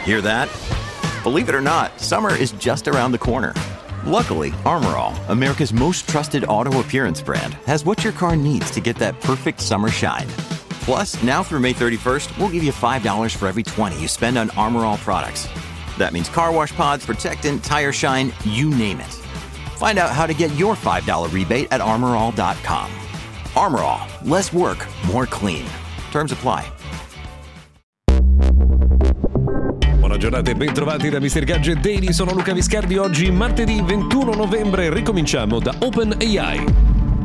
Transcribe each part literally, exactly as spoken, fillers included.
Hear that? Believe it or not, summer is just around the corner. Luckily, Armor All, America's most trusted auto appearance brand, has what your car needs to get that perfect summer shine. Plus, now through May thirty-first, we'll give you five dollars for every twenty you spend on Armor All products. That means car wash pods, protectant, tire shine, you name it. Find out how to get your five dollars rebate at armor all dot com. Armor All, less work, more clean. Terms apply. Buona giornata e ben trovati da mister Gadget Daily, sono Luca Viscardi. Oggi martedì ventuno novembre ricominciamo da OpenAI.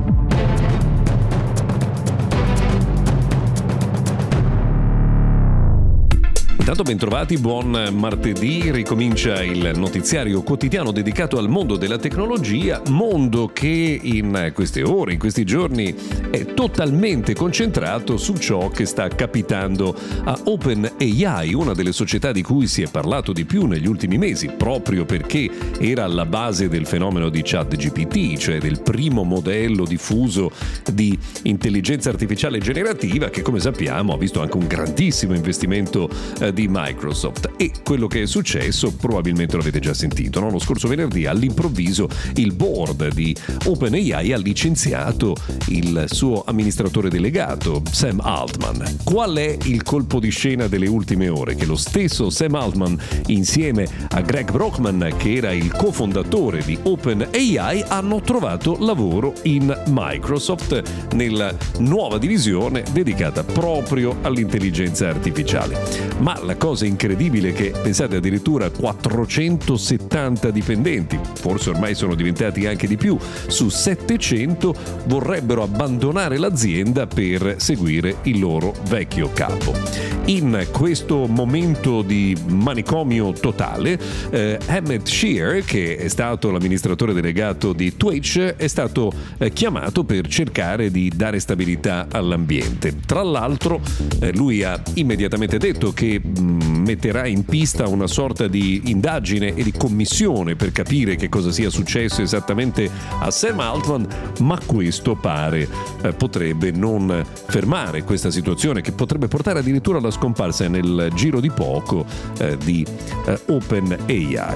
Intanto ben trovati, buon martedì, ricomincia il notiziario quotidiano dedicato al mondo della tecnologia, mondo che in queste ore, in questi giorni è totalmente concentrato su ciò che sta capitando a OpenAI, una delle società di cui si è parlato di più negli ultimi mesi, proprio perché era alla base del fenomeno di ChatGPT, cioè del primo modello diffuso di intelligenza artificiale generativa che, come sappiamo, ha visto anche un grandissimo investimento eh, di Microsoft. E quello che è successo probabilmente lo avete già sentito, no? Lo scorso venerdì all'improvviso il board di OpenAI ha licenziato il suo amministratore delegato Sam Altman. Qual è il colpo di scena delle ultime ore? Che lo stesso Sam Altman insieme a Greg Brockman, che era il cofondatore di OpenAI, hanno trovato lavoro in Microsoft nella nuova divisione dedicata proprio all'intelligenza artificiale. Ma la cosa incredibile è che, pensate, addirittura quattrocentosettanta dipendenti, forse ormai sono diventati anche di più, su settecento vorrebbero abbandonare l'azienda per seguire il loro vecchio capo. In questo momento di manicomio totale, eh, Emmett Shear, che è stato l'amministratore delegato di Twitch, è stato eh, chiamato per cercare di dare stabilità all'ambiente. Tra l'altro, eh, lui ha immediatamente detto che metterà in pista una sorta di indagine e di commissione per capire che cosa sia successo esattamente a Sam Altman, ma questo pare eh, potrebbe non fermare questa situazione, che potrebbe portare addirittura alla scomparsa nel giro di poco eh, di eh, OpenAI.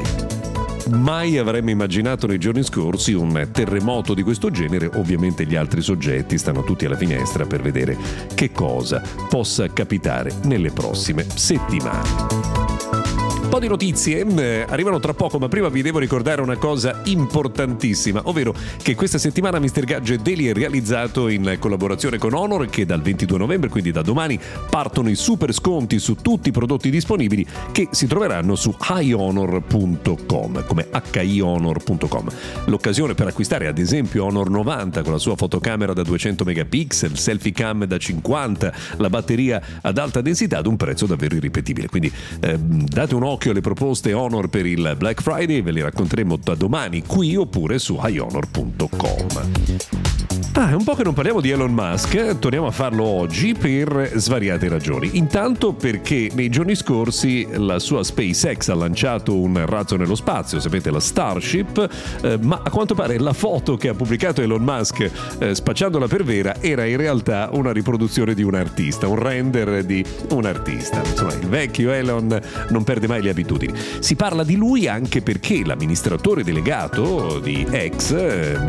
Mai avremmo immaginato nei giorni scorsi un terremoto di questo genere. Ovviamente gli altri soggetti stanno tutti alla finestra per vedere che cosa possa capitare nelle prossime settimane. Un po' di notizie eh, arrivano tra poco, ma prima vi devo ricordare una cosa importantissima, ovvero che questa settimana mister Gadget Daily è realizzato in collaborazione con Honor, che dal ventidue novembre, quindi da domani, partono i super sconti su tutti i prodotti disponibili che si troveranno su hi honor punto com, come hi honor punto com. L'occasione per acquistare ad esempio Honor novanta con la sua fotocamera da duecento megapixel, selfie cam da cinquanta, la batteria ad alta densità ad un prezzo davvero irripetibile. Quindi eh, date un occhio alle proposte Honor per il Black Friday, ve le racconteremo da domani qui oppure su hi honor punto com. Ah, è un po' che non parliamo di Elon Musk, torniamo a farlo oggi per svariate ragioni. Intanto perché nei giorni scorsi la sua SpaceX ha lanciato un razzo nello spazio, sapete, la Starship, eh, ma a quanto pare la foto che ha pubblicato Elon Musk eh, spacciandola per vera era in realtà una riproduzione di un artista, un render di un artista. Insomma, il vecchio Elon non perde mai le abitudini. Si parla di lui anche perché l'amministratore delegato di X, eh,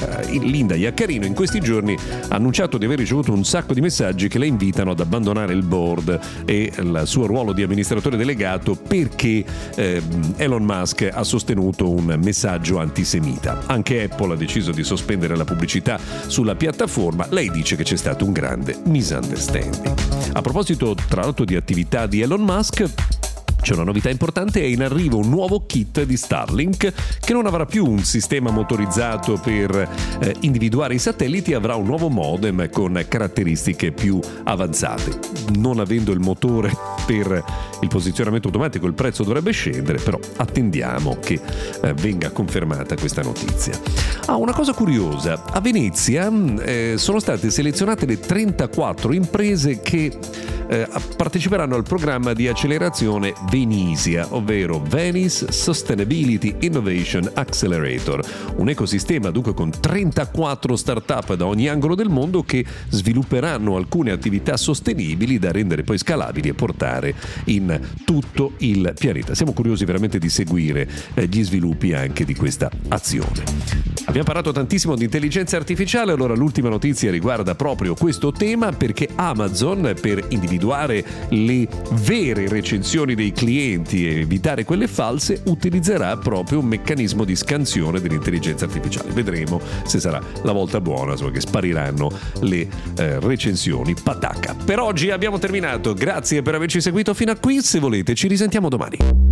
Linda Yaccarino, in questi giorni ha annunciato di aver ricevuto un sacco di messaggi che la invitano ad abbandonare il board e il suo ruolo di amministratore delegato perché eh, Elon Musk ha sostenuto un messaggio antisemita. Anche Apple ha deciso di sospendere la pubblicità sulla piattaforma. Lei dice che c'è stato un grande misunderstanding. A proposito, tra l'altro, di attività di Elon Musk, c'è una novità importante: è in arrivo un nuovo kit di Starlink che non avrà più un sistema motorizzato per eh, individuare i satelliti, avrà un nuovo modem con caratteristiche più avanzate. Non avendo il motore per il posizionamento automatico, il prezzo dovrebbe scendere, però attendiamo che eh, venga confermata questa notizia. Ah, una cosa curiosa: a Venezia eh, sono state selezionate le trentaquattro imprese che eh, parteciperanno al programma di accelerazione Venisia, ovvero Venice Sustainability Innovation Accelerator, un ecosistema dunque con trentaquattro start-up da ogni angolo del mondo che svilupperanno alcune attività sostenibili da rendere poi scalabili e portare in tutto il pianeta. Siamo curiosi veramente di seguire eh, gli sviluppi anche di questa azione. Abbiamo parlato tantissimo di intelligenza artificiale, allora l'ultima notizia riguarda proprio questo tema, perché Amazon, per individuare le vere recensioni dei clienti e evitare quelle false, utilizzerà proprio un meccanismo di scansione dell'intelligenza artificiale. Vedremo se sarà la volta buona, insomma, che spariranno le eh, recensioni patacca. Per oggi abbiamo terminato, grazie per averci seguito fino a qui, se volete ci risentiamo domani.